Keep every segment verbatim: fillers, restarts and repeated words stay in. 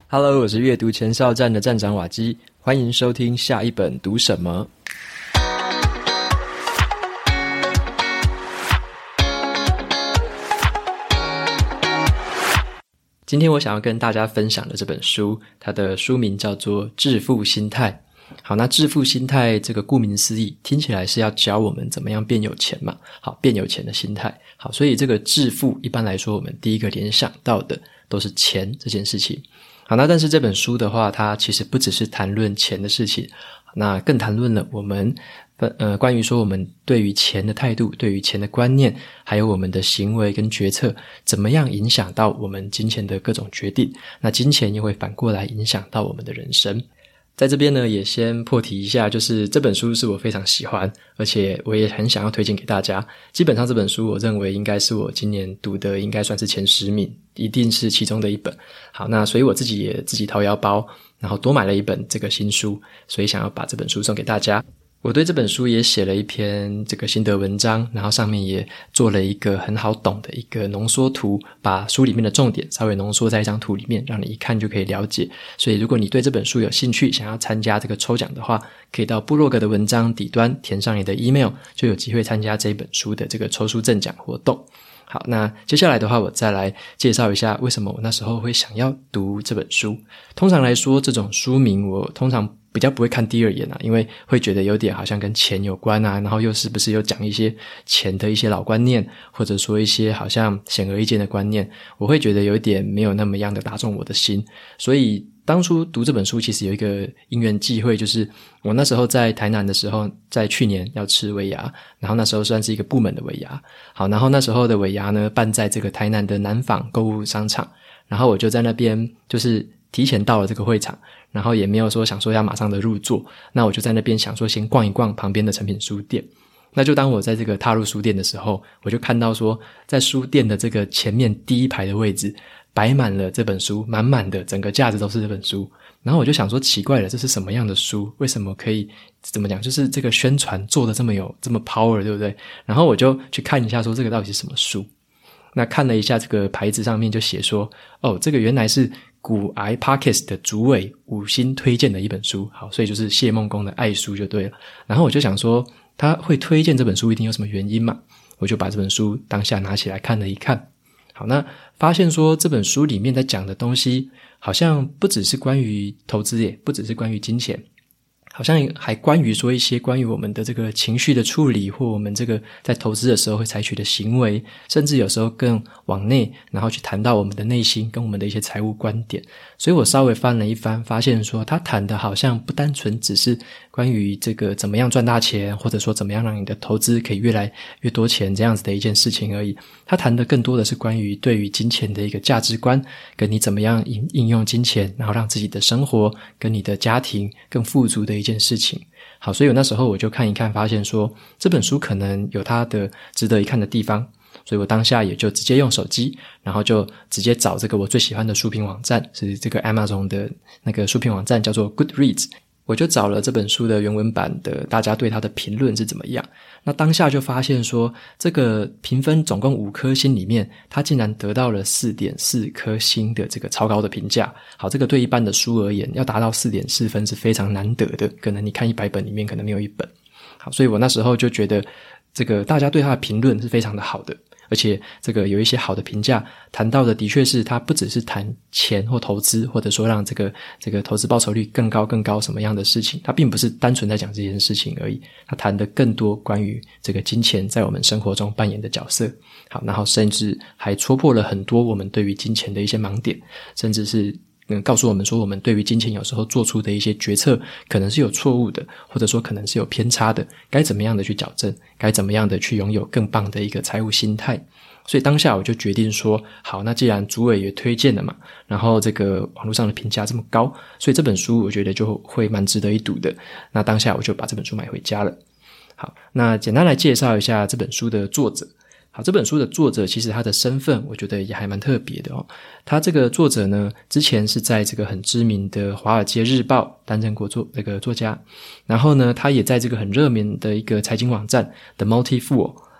Hello， 我是阅读前哨站的站长瓦基，欢迎收听下一本读什么。今天我想要跟大家分享的这本书，它的书名叫做《致富心态》。好，那致富心态这个顾名思义，听起来是要教我们怎么样变有钱嘛。好，变有钱的心态。好，所以这个致富一般来说，我们第一个联想到的都是钱这件事情。好，那但是这本书的话，它其实不只是谈论钱的事情，那更谈论了我们呃关于说我们对于钱的态度，对于钱的观念，还有我们的行为跟决策，怎么样影响到我们金钱的各种决定。那金钱又会反过来影响到我们的人生。在这边呢，也先破题一下，就是这本书是我非常喜欢，而且我也很想要推荐给大家。基本上这本书我认为应该是我今年读的应该算是前十名，一定是其中的一本。好，那所以我自己也自己掏腰包，然后多买了一本这个新书，所以想要把这本书送给大家。我对这本书也写了一篇这个心得文章，然后上面也做了一个很好懂的一个浓缩图，把书里面的重点稍微浓缩在一张图里面，让你一看就可以了解。所以如果你对这本书有兴趣，想要参加这个抽奖的话，可以到部落格的文章底端填上你的 email， 就有机会参加这本书的这个抽书赠奖活动。好，那接下来的话，我再来介绍一下为什么我那时候会想要读这本书。通常来说，这种书名我通常比较不会看第二眼啊，因为会觉得有点好像跟钱有关啊，然后又是不是又讲一些钱的一些老观念，或者说一些好像显而易见的观念，我会觉得有一点没有那么样的打中我的心。所以当初读这本书其实有一个因缘际会，就是我那时候在台南的时候，在去年要吃尾牙，然后那时候算是一个部门的尾牙。好，然后那时候的尾牙呢办在这个台南的南纺购物商场，然后我就在那边就是提前到了这个会场，然后也没有说想说要马上的入座，那我就在那边想说先逛一逛旁边的诚品书店。那就当我在这个踏入书店的时候，我就看到说在书店的这个前面第一排的位置摆满了这本书，满满的整个架子都是这本书。然后我就想说奇怪了，这是什么样的书？为什么可以怎么讲，就是这个宣传做的这么有这么 power， 对不对？然后我就去看一下说这个到底是什么书。那看了一下这个牌子上面就写说，哦，这个原来是股癌 Podcast 的主委五星推荐的一本书。好，所以就是谢孟恭的爱书就对了。然后我就想说他会推荐这本书一定有什么原因嘛，我就把这本书当下拿起来看了一看。好，那发现说这本书里面在讲的东西好像不只是关于投资，也不只是关于金钱，好像还关于说一些关于我们的这个情绪的处理，或我们这个在投资的时候会采取的行为，甚至有时候更往内，然后去谈到我们的内心跟我们的一些财务观点。所以我稍微翻了一翻，发现说他谈的好像不单纯只是关于这个怎么样赚大钱，或者说怎么样让你的投资可以越来越多钱这样子的一件事情而已。他谈的更多的是关于对于金钱的一个价值观，跟你怎么样应应用金钱，然后让自己的生活跟你的家庭更富足的一件事情。好，所以我那时候我就看一看，发现说这本书可能有它的值得一看的地方，所以我当下也就直接用手机，然后就直接找这个我最喜欢的书评网站，是这个 Amazon 的那个书评网站叫做 Goodreads， 我就找了这本书的原文版的大家对它的评论是怎么样。那当下就发现说这个评分总共五颗星里面，它竟然得到了 四点四颗星的这个超高的评价。好，这个对一般的书而言要达到 四点四分是非常难得的，可能你看一百本里面可能没有一本。好，所以我那时候就觉得这个大家对它的评论是非常的好的，而且这个有一些好的评价谈到的的确是它不只是谈钱或投资，或者说让这个这个投资报酬率更高更高什么样的事情，它并不是单纯在讲这件事情而已，它谈的更多关于这个金钱在我们生活中扮演的角色。好，然后甚至还戳破了很多我们对于金钱的一些盲点，甚至是嗯，告诉我们说我们对于金钱有时候做出的一些决策可能是有错误的，或者说可能是有偏差的，该怎么样的去矫正，该怎么样的去拥有更棒的一个财务心态。所以当下我就决定说，好，那既然主委也推荐了嘛，然后这个网络上的评价这么高，所以这本书我觉得就会蛮值得一读的。那当下我就把这本书买回家了。好，那简单来介绍一下这本书的作者。好，这本书的作者其实他的身份我觉得也还蛮特别的哦。他这个作者呢，之前是在这个很知名的华尔街日报担任过作这个作家，然后呢他也在这个很热门的一个财经网站 The Multi-Fool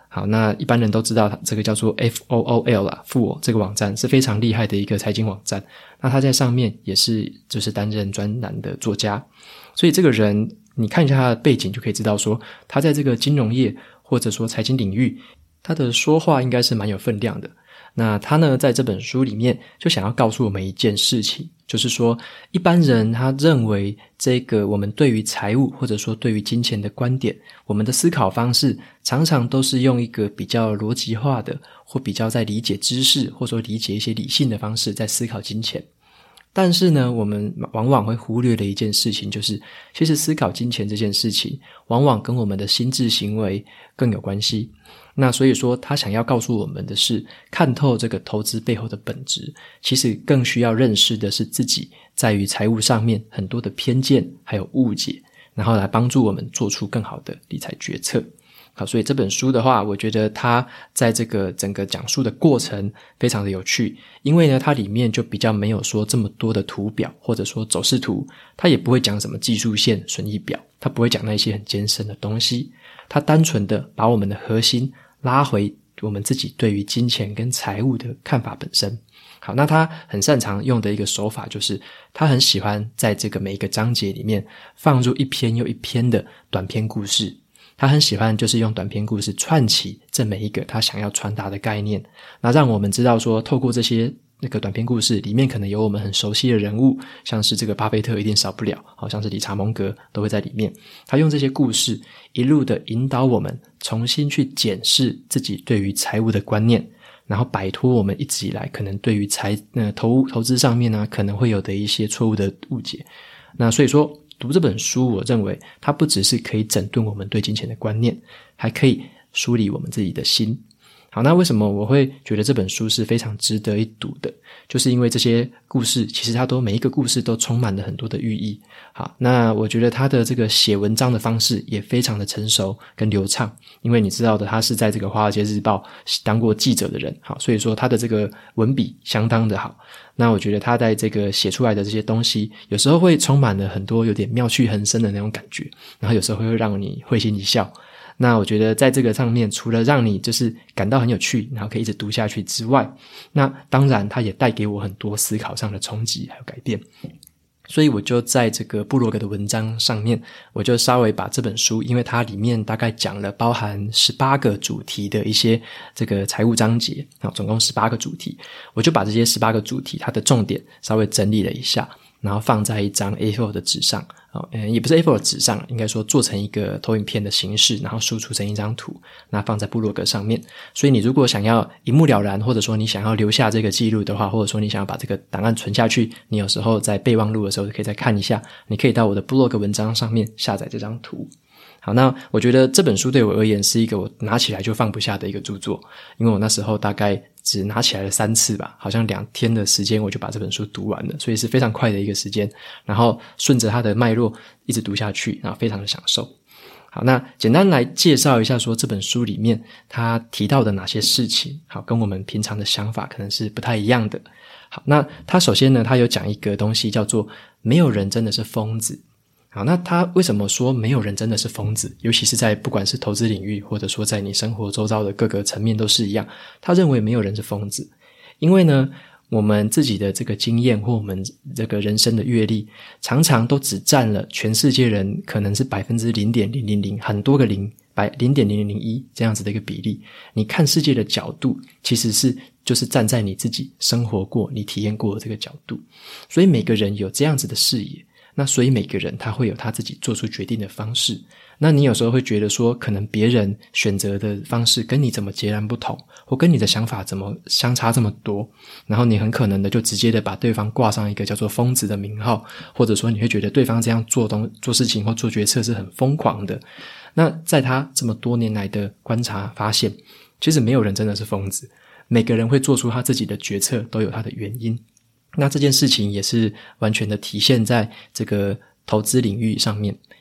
好，那一般人都知道这个叫做 F O O L 啦 F O O 这个网站是非常厉害的一个财经网站，那他在上面也是就是担任专栏的作家，所以这个人你看一下他的背景就可以知道说他在这个金融业或者说财经领域他的说话应该是蛮有分量的。那他呢在这本书里面就想要告诉我们一件事情，就是说一般人他认为这个我们对于财务或者说对于金钱的观点，我们的思考方式常常都是用一个比较逻辑化的或比较在理解知识或者说理解一些理性的方式在思考金钱。但是呢我们往往会忽略的一件事情，就是其实思考金钱这件事情往往跟我们的心智行为更有关系。那所以说他想要告诉我们的是，看透这个投资背后的本质，其实更需要认识的是自己在于财务上面很多的偏见还有误解，然后来帮助我们做出更好的理财决策。好，所以这本书的话，我觉得它在这个整个讲述的过程非常的有趣，因为呢它里面就比较没有说这么多的图表或者说走势图，它也不会讲什么技术线损益表，它不会讲那些很艰深的东西，它单纯的把我们的核心拉回我们自己对于金钱跟财务的看法本身。好，那他很擅长用的一个手法就是他很喜欢在这个每一个章节里面放入一篇又一篇的短篇故事，他很喜欢就是用短篇故事串起这每一个他想要传达的概念，那让我们知道说透过这些那个短篇故事里面可能有我们很熟悉的人物，像是这个巴菲特一定少不了，好像是理查蒙格都会在里面，他用这些故事一路的引导我们重新去检视自己对于财务的观念，然后摆脱我们一直以来可能对于财呃投投资上面呢可能会有的一些错误的误解。那所以说读这本书，我认为它不只是可以整顿我们对金钱的观念，还可以梳理我们自己的心。好，那为什么我会觉得这本书是非常值得一读的，就是因为这些故事其实它都每一个故事都充满了很多的寓意。好，那我觉得他的这个写文章的方式也非常的成熟跟流畅，因为你知道的他是在这个华尔街日报当过记者的人，好，所以说他的这个文笔相当的好。那我觉得他在这个写出来的这些东西有时候会充满了很多有点妙趣横生的那种感觉，然后有时候会让你会心一笑。那我觉得在这个上面除了让你就是感到很有趣，然后可以一直读下去之外，那当然它也带给我很多思考上的冲击还有改变。所以我就在这个部落格的文章上面，我就稍微把这本书，因为它里面大概讲了包含十八个主题的一些这个财务章节，总共十八个主题，我就把这些十八个主题它的重点稍微整理了一下，然后放在一张 A 四 的纸上，嗯，也不是 A 四 的纸上，应该说做成一个投影片的形式，然后输出成一张图，那放在部落格上面。所以你如果想要一目了然，或者说你想要留下这个记录的话，或者说你想要把这个档案存下去，你有时候在备忘录的时候可以再看一下，你可以到我的部落格文章上面下载这张图。好，那我觉得这本书对我而言是一个我拿起来就放不下的一个著作，因为我那时候大概只拿起来了三次吧，好像两天的时间我就把这本书读完了，所以是非常快的一个时间，然后顺着它的脉络一直读下去，然后非常的享受。好，那简单来介绍一下说这本书里面他提到的哪些事情，好，跟我们平常的想法可能是不太一样的。好，那他首先呢，他有讲一个东西叫做没有人真的是疯子。好，那他为什么说没有人真的是疯子？尤其是在不管是投资领域，或者说在你生活周遭的各个层面都是一样，他认为没有人是疯子。因为呢，我们自己的这个经验或我们这个人生的阅历，常常都只占了全世界人可能是 百分之零点零零零 很多个零 零点零零零一 这样子的一个比例。你看世界的角度其实是就是站在你自己生活过你体验过的这个角度，所以每个人有这样子的视野，那所以每个人他会有他自己做出决定的方式。那你有时候会觉得说可能别人选择的方式跟你怎么截然不同，或跟你的想法怎么相差这么多，然后你很可能的就直接的把对方挂上一个叫做疯子的名号，或者说你会觉得对方这样做东做事情或做决策是很疯狂的。那在他这么多年来的观察发现，其实没有人真的是疯子，每个人会做出他自己的决策都有他的原因。那这件事情也是完全的体现在这个投资领域上面，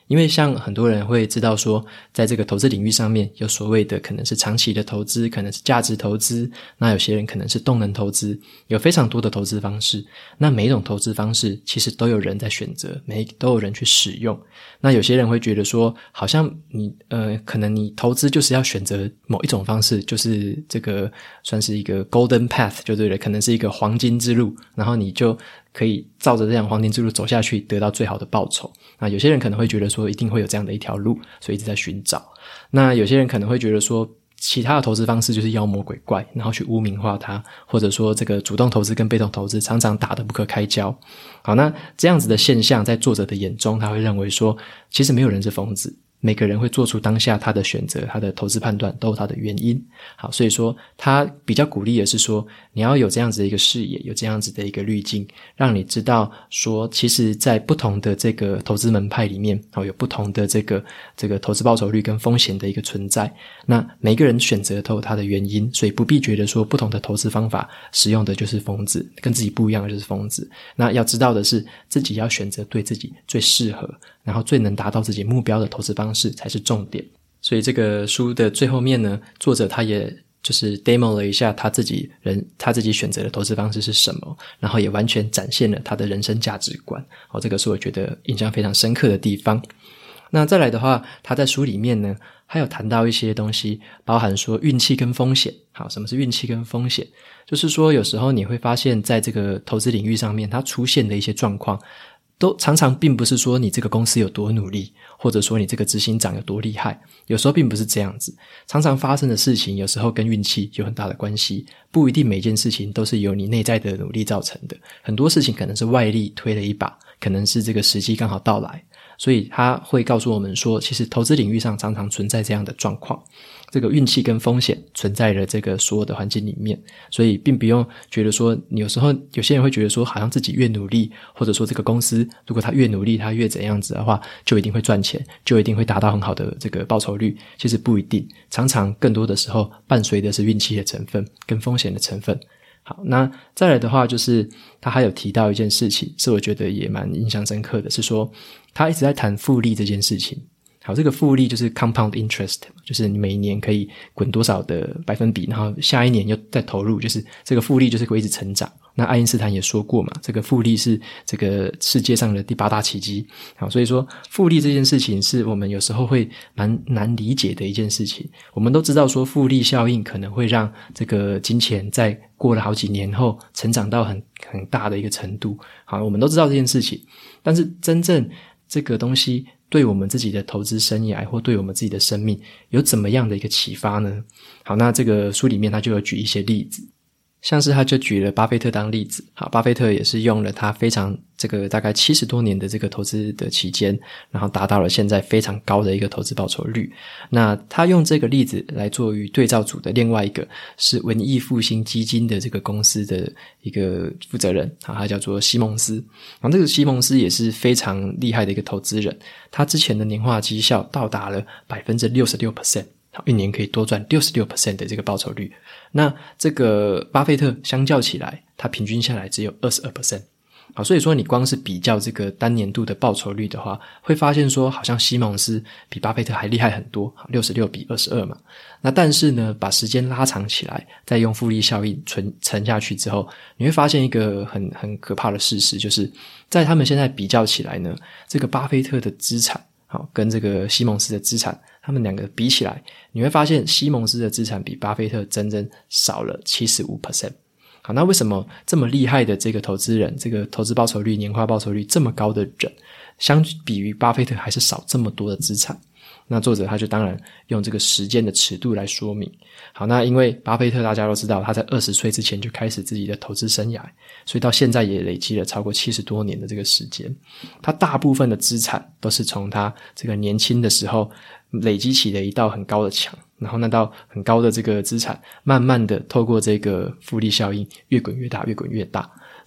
因为像很多人会知道说，在这个投资领域上面有所谓的可能是长期的投资，可能是价值投资，那有些人可能是动能投资，有非常多的投资方式。那每一种投资方式其实都有人在选择，每都有人去使用。那有些人会觉得说，好像你呃，可能你投资就是要选择某一种方式，就是这个算是一个 golden path 就对了，可能是一个黄金之路，然后你就可以照着这样黄金之路走下去，得到最好的报酬。那有些人可能会觉得说一定会有这样的一条路，所以一直在寻找。那有些人可能会觉得说其他的投资方式就是妖魔鬼怪，然后去污名化它，或者说这个主动投资跟被动投资常常打得不可开交。好，那这样子的现象在作者的眼中，他会认为说其实没有人是疯子，每个人会做出当下他的选择，他的投资判断都有他的原因。好，所以说他比较鼓励的是说，你要有这样子的一个视野，有这样子的一个滤镜，让你知道说其实在不同的这个投资门派里面，好，有不同的这个这个投资报酬率跟风险的一个存在。那每个人选择都有他的原因，所以不必觉得说不同的投资方法使用的就是疯子，跟自己不一样的就是疯子。那要知道的是，自己要选择对自己最适合，然后最能达到自己目标的投资方式才是重点。所以这个书的最后面呢，作者他也就是 demo 了一下他自己人他自己选择的投资方式是什么，然后也完全展现了他的人生价值观。哦，这个是我觉得印象非常深刻的地方。那再来的话，他在书里面呢还有谈到一些东西，包含说运气跟风险。好，什么是运气跟风险？就是说有时候你会发现在这个投资领域上面它出现的一些状况，都常常并不是说你这个公司有多努力，或者说你这个执行长有多厉害，有时候并不是这样子。常常发生的事情有时候跟运气有很大的关系，不一定每件事情都是由你内在的努力造成的，很多事情可能是外力推了一把，可能是这个时机刚好到来。所以他会告诉我们说，其实投资领域上常常存在这样的状况，这个运气跟风险存在了这个所有的环境里面，所以并不用觉得说，你有时候有些人会觉得说，好像自己越努力，或者说这个公司如果他越努力，他越怎样子的话，就一定会赚钱，就一定会达到很好的这个报酬率。其实不一定，常常更多的时候伴随的是运气的成分跟风险的成分。好，那再来的话就是他还有提到一件事情，是我觉得也蛮印象深刻的，是说他一直在谈复利这件事情。好，这个复利就是 compound interest， 就是你每一年可以滚多少的百分比，然后下一年又再投入，就是这个复利就是会一直成长。那爱因斯坦也说过嘛，这个复利是这个世界上的第八大奇迹。好，所以说复利这件事情是我们有时候会蛮难理解的一件事情。我们都知道说复利效应可能会让这个金钱在过了好几年后成长到很很大的一个程度。好，我们都知道这件事情，但是真正这个东西对我们自己的投资生涯或对我们自己的生命有怎么样的一个启发呢？好，那这个书里面他就有举一些例子，像是他就举了巴菲特当例子。好，巴菲特也是用了他非常这个大概七十多年的这个投资的期间，然后达到了现在非常高的一个投资报酬率。那他用这个例子来作为对照组的另外一个是文艺复兴基金的这个公司的一个负责人，好，他叫做西蒙斯。然后这个西蒙斯也是非常厉害的一个投资人，他之前的年化绩效到达了 百分之六十六，好，一年可以多赚 百分之六十六 的这个报酬率。那这个巴菲特相较起来，他平均下来只有 百分之二十二。好，所以说你光是比较这个单年度的报酬率的话，会发现说好像西蒙斯比巴菲特还厉害很多，六十六比二十二嘛。那但是呢，把时间拉长起来，再用复利效应存沉下去之后，你会发现一个很很可怕的事实，就是在他们现在比较起来呢，这个巴菲特的资产好跟这个西蒙斯的资产，他们两个比起来，你会发现西蒙斯的资产比巴菲特整整少了 百分之七十五。好，那为什么这么厉害的这个投资人，这个投资报酬率年化报酬率这么高的人，相比于巴菲特还是少这么多的资产？那作者他就当然用这个时间的尺度来说明。好，那因为巴菲特大家都知道他在二十岁之前就开始自己的投资生涯，所以到现在也累积了超过七十多年的这个时间。他大部分的资产都是从他这个年轻的时候累积起了一道很高的墙，然后那道很高的这个资产慢慢的透过这个复利效应越滚越大越滚越大。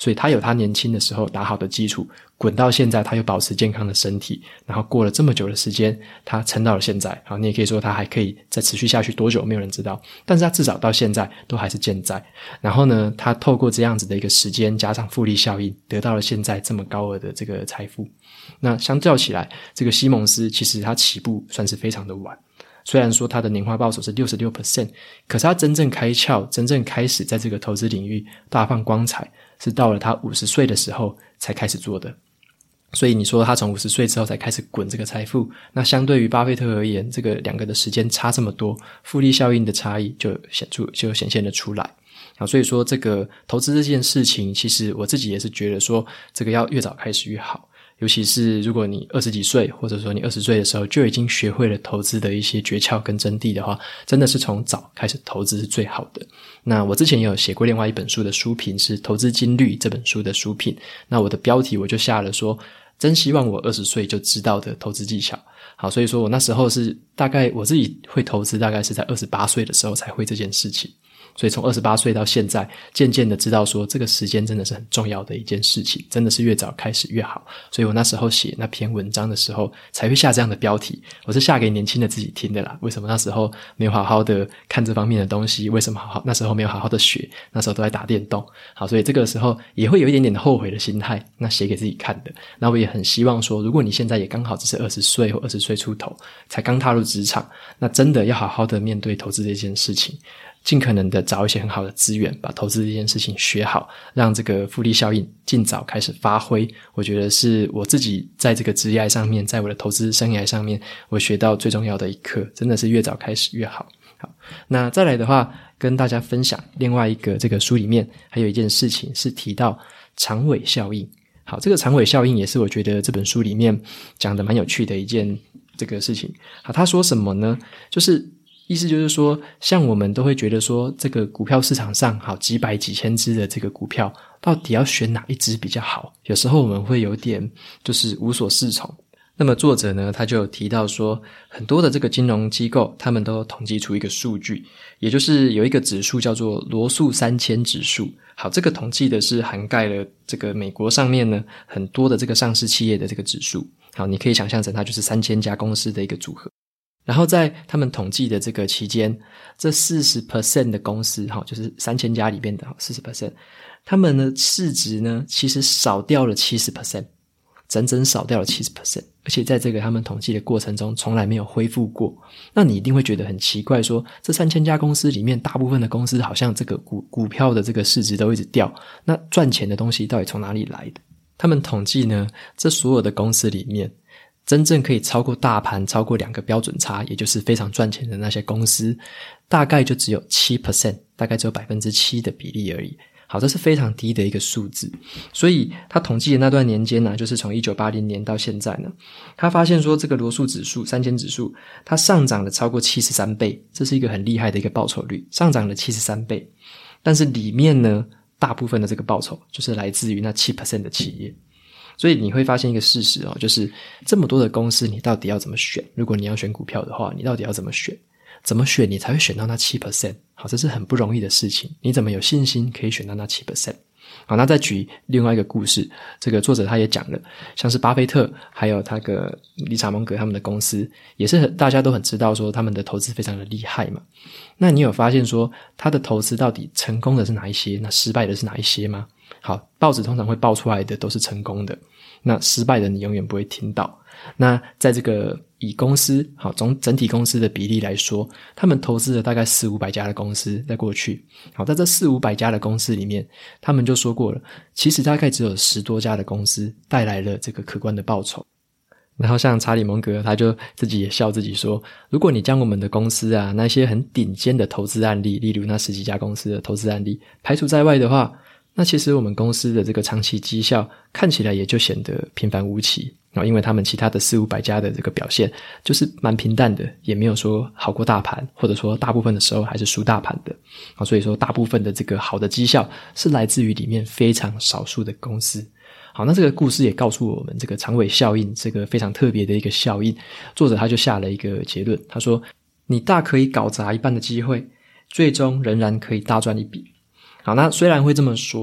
所以他有他年轻的时候打好的基础，滚到现在他又保持健康的身体，然后过了这么久的时间他撑到了现在，好，你也可以说他还可以再持续下去多久没有人知道，但是他至少到现在都还是健在。然后呢，他透过这样子的一个时间加上复利效应，得到了现在这么高额的这个财富。那相较起来，这个西蒙斯其实他起步算是非常的晚，虽然说他的年化报酬是 百分之六十六， 可是他真正开窍，真正开始在这个投资领域大放光彩，是到了他五十岁的时候才开始做的。所以你说他从五十岁之后才开始滚这个财富，那相对于巴菲特而言，这个两个的时间差这么多，复利效应的差异就显出就显现了出来。好，所以说这个投资这件事情，其实我自己也是觉得说，这个要越早开始越好。尤其是如果你二十几岁，或者说你二十岁的时候就已经学会了投资的一些诀窍跟真谛的话，真的是从早开始投资是最好的。那我之前也有写过另外一本书的书评，是《投资金律》这本书的书评。那我的标题我就下了说，真希望我二十岁就知道的投资技巧。好，所以说我那时候是大概我自己会投资，大概是在二十八岁的时候才会这件事情。所以从二十八岁到现在，渐渐的知道说这个时间真的是很重要的一件事情，真的是越早开始越好。所以我那时候写那篇文章的时候才会下这样的标题，我是下给年轻的自己听的啦。为什么那时候没有好好的看这方面的东西，为什么好好那时候没有好好的学，那时候都在打电动。好，所以这个时候也会有一点点的后悔的心态，那写给自己看的。那我也很希望说，如果你现在也刚好只是二十岁或二十岁出头，才刚踏入职场，那真的要好好的面对投资这件事情，尽可能的找一些很好的资源，把投资这件事情学好，让这个复利效应尽早开始发挥。我觉得是我自己在这个职业上面，在我的投资生涯上面，我学到最重要的一课，真的是越早开始越好。好，那再来的话，跟大家分享另外一个这个书里面还有一件事情是提到长尾效应。好，这个长尾效应也是我觉得这本书里面讲的蛮有趣的一件这个事情。好，他说什么呢？就是意思就是说，像我们都会觉得说，这个股票市场上好几百几千只的这个股票，到底要选哪一只比较好？有时候我们会有点就是无所适从。那么作者呢，他就有提到说，很多的这个金融机构，他们都统计出一个数据，也就是有一个指数叫做罗素三千指数。好，这个统计的是涵盖了这个美国上面呢很多的这个上市企业的这个指数。好，你可以想象成它就是三千家公司的一个组合。然后在他们统计的这个期间，这 百分之四十 的公司，就是三千家里面的 百分之四十， 他们的市值呢其实少掉了 百分之七十， 整整少掉了 百分之七十， 而且在这个他们统计的过程中从来没有恢复过。那你一定会觉得很奇怪，说这三千家公司里面大部分的公司好像这个股股票的这个市值都一直掉，那赚钱的东西到底从哪里来的？他们统计呢，这所有的公司里面真正可以超过大盘超过两个标准差，也就是非常赚钱的那些公司，大概就只有 百分之七， 大概只有 百分之七 的比例而已。好，这是非常低的一个数字。所以他统计的那段年间呢、啊，就是从一九八零年到现在呢，他发现说这个罗素指数三千指数它上涨了超过七十三倍，这是一个很厉害的一个报酬率，上涨了七十三倍。但是里面呢，大部分的这个报酬就是来自于那 百分之七 的企业。所以你会发现一个事实哦，就是这么多的公司你到底要怎么选？如果你要选股票的话，你到底要怎么选？怎么选你才会选到那 百分之七？ 好，这是很不容易的事情。你怎么有信心可以选到那 百分之七？ 好，那再举另外一个故事，这个作者他也讲了，像是巴菲特还有他个理查蒙格他们的公司，也是很大家都很知道说他们的投资非常的厉害嘛。那你有发现说他的投资到底成功的是哪一些，那失败的是哪一些吗？好，报纸通常会报出来的都是成功的，那失败的你永远不会听到。那在这个以公司好总整体公司的比例来说，他们投资了大概四五百家的公司在过去。好，在这四五百家的公司里面，他们就说过了，其实大概只有十多家的公司带来了这个可观的报酬。然后像查理蒙格他就自己也笑自己说，如果你将我们的公司啊那些很顶尖的投资案例，例如那十几家公司的投资案例排除在外的话，那其实我们公司的这个长期绩效看起来也就显得平凡无奇。因为他们其他的四五百家的这个表现就是蛮平淡的，也没有说好过大盘，或者说大部分的时候还是输大盘的。所以说大部分的这个好的绩效是来自于里面非常少数的公司。好，那这个故事也告诉我们这个长尾效应这个非常特别的一个效应。作者他就下了一个结论，他说你大可以搞砸一半的机会，最终仍然可以大赚一笔。好，那虽然会这么说啦，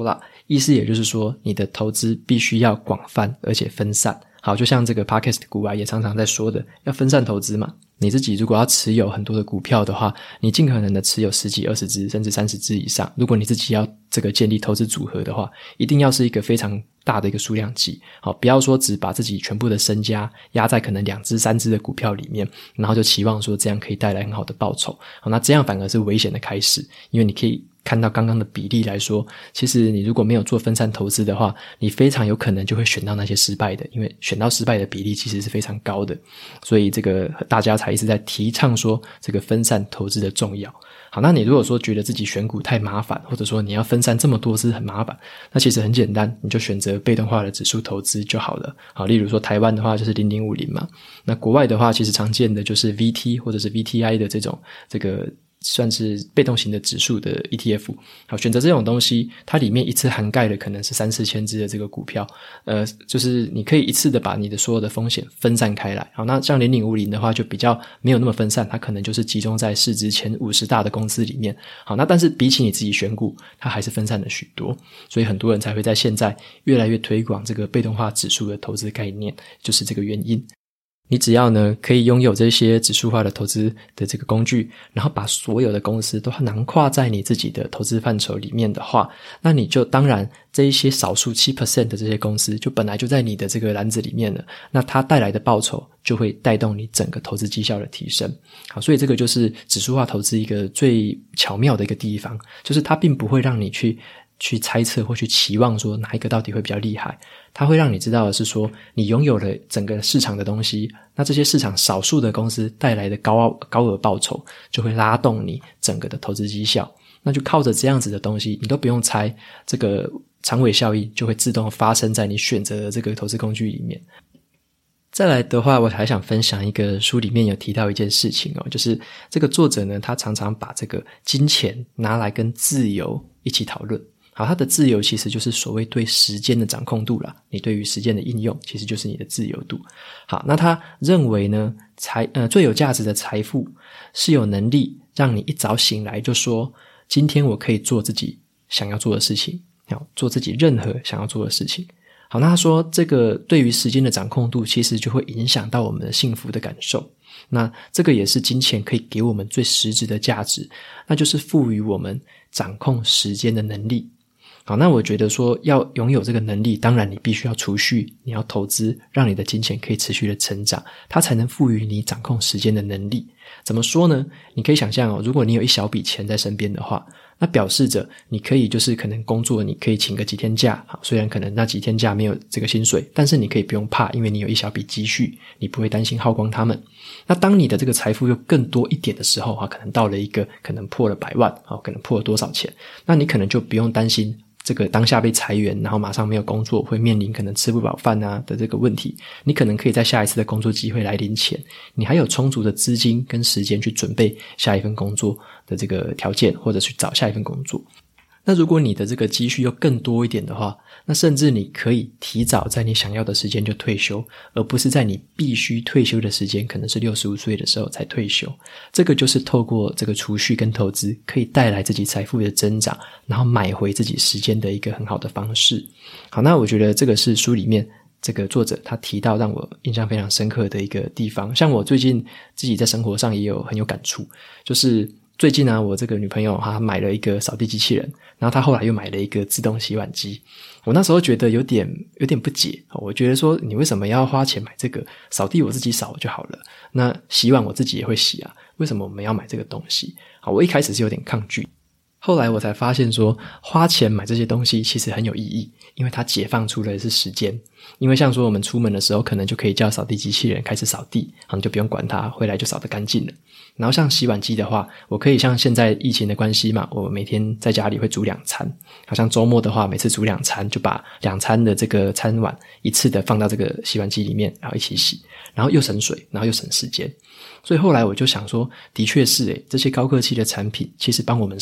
意思也就是说你的投资必须要广泛而且分散。好，就像这个 Podcast 股啊也常常在说的，要分散投资嘛。你自己如果要持有很多的股票的话，你尽可能的持有十几、二十只甚至三十只以上。如果你自己要这个建立投资组合的话，一定要是一个非常大的一个数量级。好，不要说只把自己全部的身家压在可能两只、三只的股票里面，然后就期望说这样可以带来很好的报酬。好，那这样反而是危险的开始，因为你可以看到刚刚的比例来说，其实你如果没有做分散投资的话，你非常有可能就会选到那些失败的，因为选到失败的比例其实是非常高的。所以这个大家才一直在提倡说这个分散投资的重要。好，那你如果说觉得自己选股太麻烦，或者说你要分散这么多支很麻烦，那其实很简单，你就选择被动化的指数投资就好了。好，例如说台湾的话就是零零五零嘛，那国外的话其实常见的就是 V T 或者是 V T I 的这种这个算是被动型的指数的 E T F。 好，选择这种东西，它里面一次涵盖了可能是三四千只的这个股票，呃，就是你可以一次的把你的所有的风险分散开来。好，那像零零五零的话就比较没有那么分散，它可能就是集中在市值前五十大的公司里面。好，那但是比起你自己选股，它还是分散了许多，所以很多人才会在现在越来越推广这个被动化指数的投资概念，就是这个原因。你只要呢可以拥有这些指数化的投资的这个工具，然后把所有的公司都囊括在你自己的投资范畴里面的话，那你就当然这一些少数 百分之七 的这些公司就本来就在你的这个篮子里面了，那它带来的报酬就会带动你整个投资绩效的提升。好，所以这个就是指数化投资一个最巧妙的一个地方，就是它并不会让你去去猜测或去期望说哪一个到底会比较厉害，它会让你知道的是说你拥有了整个市场的东西，那这些市场少数的公司带来的高高额报酬就会拉动你整个的投资绩效。那就靠着这样子的东西，你都不用猜，这个长尾效应就会自动发生在你选择的这个投资工具里面。再来的话，我还想分享一个书里面有提到一件事情哦，就是这个作者呢，他常常把这个金钱拿来跟自由一起讨论。好，他的自由其实就是所谓对时间的掌控度啦，你对于时间的应用其实就是你的自由度。好，那他认为呢，财呃最有价值的财富是有能力让你一早醒来就说今天我可以做自己想要做的事情，好，做自己任何想要做的事情。好，那他说这个对于时间的掌控度其实就会影响到我们的幸福的感受。那这个也是金钱可以给我们最实质的价值，那就是赋予我们掌控时间的能力。好，那我觉得说要拥有这个能力，当然你必须要储蓄，你要投资，让你的金钱可以持续的成长，它才能赋予你掌控时间的能力。怎么说呢？你可以想象哦，如果你有一小笔钱在身边的话，那表示着你可以就是可能工作，你可以请个几天假，好，虽然可能那几天假没有这个薪水，但是你可以不用怕，因为你有一小笔积蓄，你不会担心耗光它们。那当你的这个财富又更多一点的时候，可能到了一个可能破了百万，可能破了多少钱，那你可能就不用担心这个当下被裁员，然后马上没有工作，会面临可能吃不饱饭啊的这个问题。你可能可以在下一次的工作机会来领钱，你还有充足的资金跟时间去准备下一份工作的这个条件，或者去找下一份工作。那如果你的这个积蓄又更多一点的话，那甚至你可以提早在你想要的时间就退休，而不是在你必须退休的时间可能是六十五岁的时候才退休。这个就是透过这个储蓄跟投资可以带来自己财富的增长，然后买回自己时间的一个很好的方式。好，那我觉得这个是书里面这个作者他提到让我印象非常深刻的一个地方。像我最近自己在生活上也有很有感触，就是最近啊，我这个女朋友她买了一个扫地机器人，然后她后来又买了一个自动洗碗机。我那时候觉得有点有点不解，我觉得说你为什么要花钱买这个？扫地我自己扫就好了，那洗碗我自己也会洗啊，为什么我们要买这个东西？好，我一开始是有点抗拒，后来我才发现说花钱买这些东西其实很有意义，因为它解放出来的是时间。因为像说我们出门的时候可能就可以叫扫地机器人开始扫地，好，你就不用管它，回来就扫得干净了。然后像洗碗机的话，我可以像现在疫情的关系嘛，我每天在家里会煮两餐，好像周末的话每次煮两餐，就把两餐的这个餐碗一次的放到这个洗碗机里面，然后一起洗，然后又省水，然后又省时间。所以后来我就想说的确是诶，这些高科技的产品其实帮我们释放出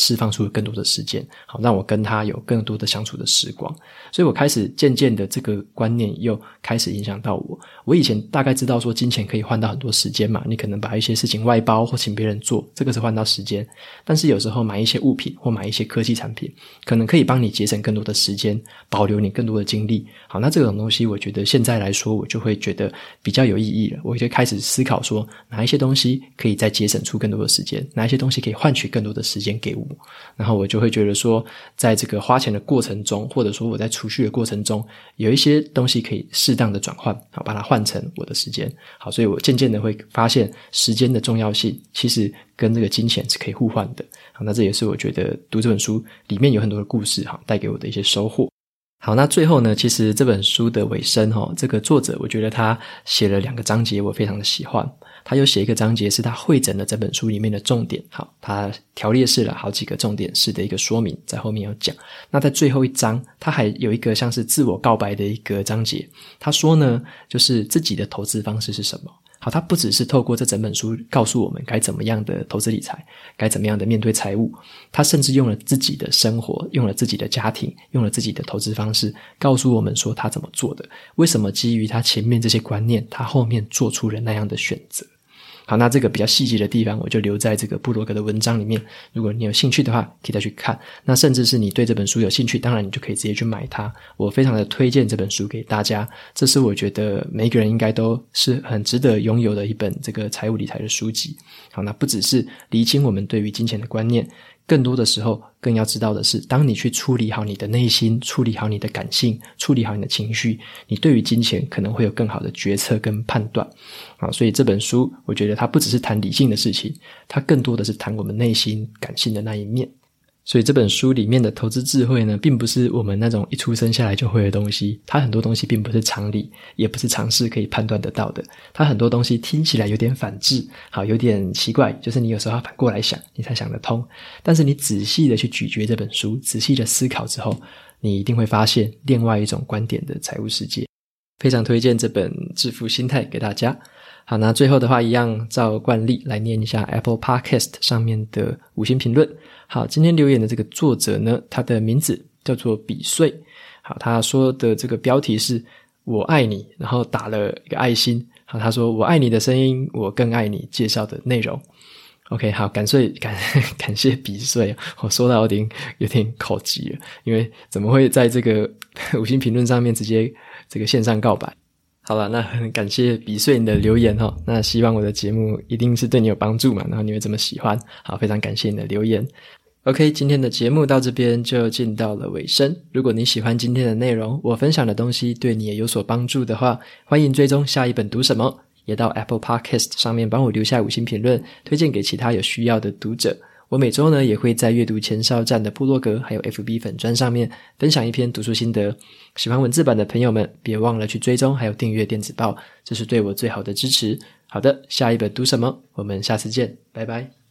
了更多的时间，好让我跟他有更多的相处的时光。所以我开始渐渐的这个观念又开始影响到我。我以前大概知道说金钱可以换到很多时间嘛，你可能把一些事情外包或请别人做，这个是换到时间。但是有时候买一些物品或买一些科技产品，可能可以帮你节省更多的时间，保留你更多的精力。好，那这种东西我觉得现在来说我就会觉得比较有意义了。我就开始思考说哪一些东西可以再节省出更多的时间，哪一些东西可以换取更多的时间给我。然后我就会觉得说在这个花钱的过程中，或者说我在储蓄的过程中，有一些东西可以适当的转换，好把它换成我的时间。好，所以我渐渐的会发现时间的重要性其实跟这个金钱是可以互换的。好，那这也是我觉得读这本书里面有很多的故事好带给我的一些收获。好，那最后呢，其实这本书的尾声齁，这个作者我觉得他写了两个章节我非常的喜欢。他有写一个章节是他汇整了这本书里面的重点，好，他条列式了好几个重点式的一个说明，在后面有讲。那在最后一章他还有一个像是自我告白的一个章节，他说呢就是自己的投资方式是什么。好，他不只是透过这整本书告诉我们该怎么样的投资理财，该怎么样的面对财务，他甚至用了自己的生活，用了自己的家庭，用了自己的投资方式，告诉我们说他怎么做的，为什么基于他前面这些观念，他后面做出了那样的选择。好，那这个比较细节的地方我就留在这个部落格的文章里面，如果你有兴趣的话可以再去看。那甚至是你对这本书有兴趣，当然你就可以直接去买它，我非常的推荐这本书给大家。这是我觉得每一个人应该都是很值得拥有的一本这个财务理财的书籍。好，那不只是厘清我们对于金钱的观念，更多的时候更要知道的是，当你去处理好你的内心，处理好你的感性，处理好你的情绪，你对于金钱可能会有更好的决策跟判断。好，所以这本书我觉得它不只是谈理性的事情，它更多的是谈我们内心感性的那一面。所以这本书里面的投资智慧呢，并不是我们那种一出生下来就会的东西，它很多东西并不是常理，也不是常识可以判断得到的，它很多东西听起来有点反智，好，有点奇怪，就是你有时候要反过来想你才想得通。但是你仔细的去咀嚼这本书，仔细的思考之后，你一定会发现另外一种观点的财务世界。非常推荐这本《致富心态》给大家。好，那最后的话一样照惯例来念一下 Apple Podcast 上面的五星评论。好，今天留言的这个作者呢，他的名字叫做比岁。好，他说的这个标题是我爱你，然后打了一个爱心。好，他说我爱你的声音，我更爱你介绍的内容。OK， 好，感谢感感谢比岁，我说到有点有点口急了，因为怎么会在这个五星评论上面直接这个线上告白。好了，那很感谢比岁你的留言齁，那希望我的节目一定是对你有帮助嘛，然后你会这么喜欢。好，非常感谢你的留言。OK， 今天的节目到这边就进到了尾声。如果你喜欢今天的内容，我分享的东西对你也有所帮助的话，欢迎追踪下一本读什么，也到 Apple Podcast 上面帮我留下五星评论，推荐给其他有需要的读者。我每周呢也会在阅读前哨站的部落格还有 F B 粉专上面分享一篇读书心得，喜欢文字版的朋友们别忘了去追踪还有订阅电子报，这是对我最好的支持。好的，下一本读什么，我们下次见，拜拜。